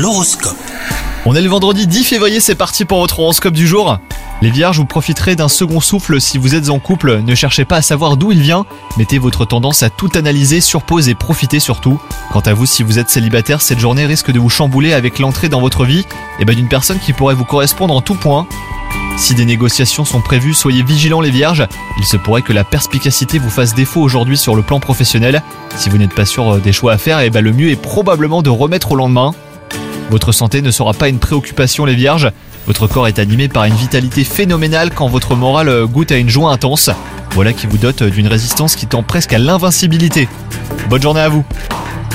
L'horoscope. On est le vendredi 10 février, c'est parti pour votre horoscope du jour. Les vierges, vous profiterez d'un second souffle si vous êtes en couple. Ne cherchez pas à savoir d'où il vient. Mettez votre tendance à tout analyser sur pause et profitez surtout. Quant à vous, si vous êtes célibataire, cette journée risque de vous chambouler avec l'entrée dans votre vie d'une personne qui pourrait vous correspondre en tout point. Si des négociations sont prévues, soyez vigilants les vierges. Il se pourrait que la perspicacité vous fasse défaut aujourd'hui sur le plan professionnel. Si vous n'êtes pas sûr des choix à faire, le mieux est probablement de remettre au lendemain. Votre santé ne sera pas une préoccupation les vierges. Votre corps est animé par une vitalité phénoménale quand votre morale goûte à une joie intense. Voilà qui vous dote d'une résistance qui tend presque à l'invincibilité. Bonne journée à vous.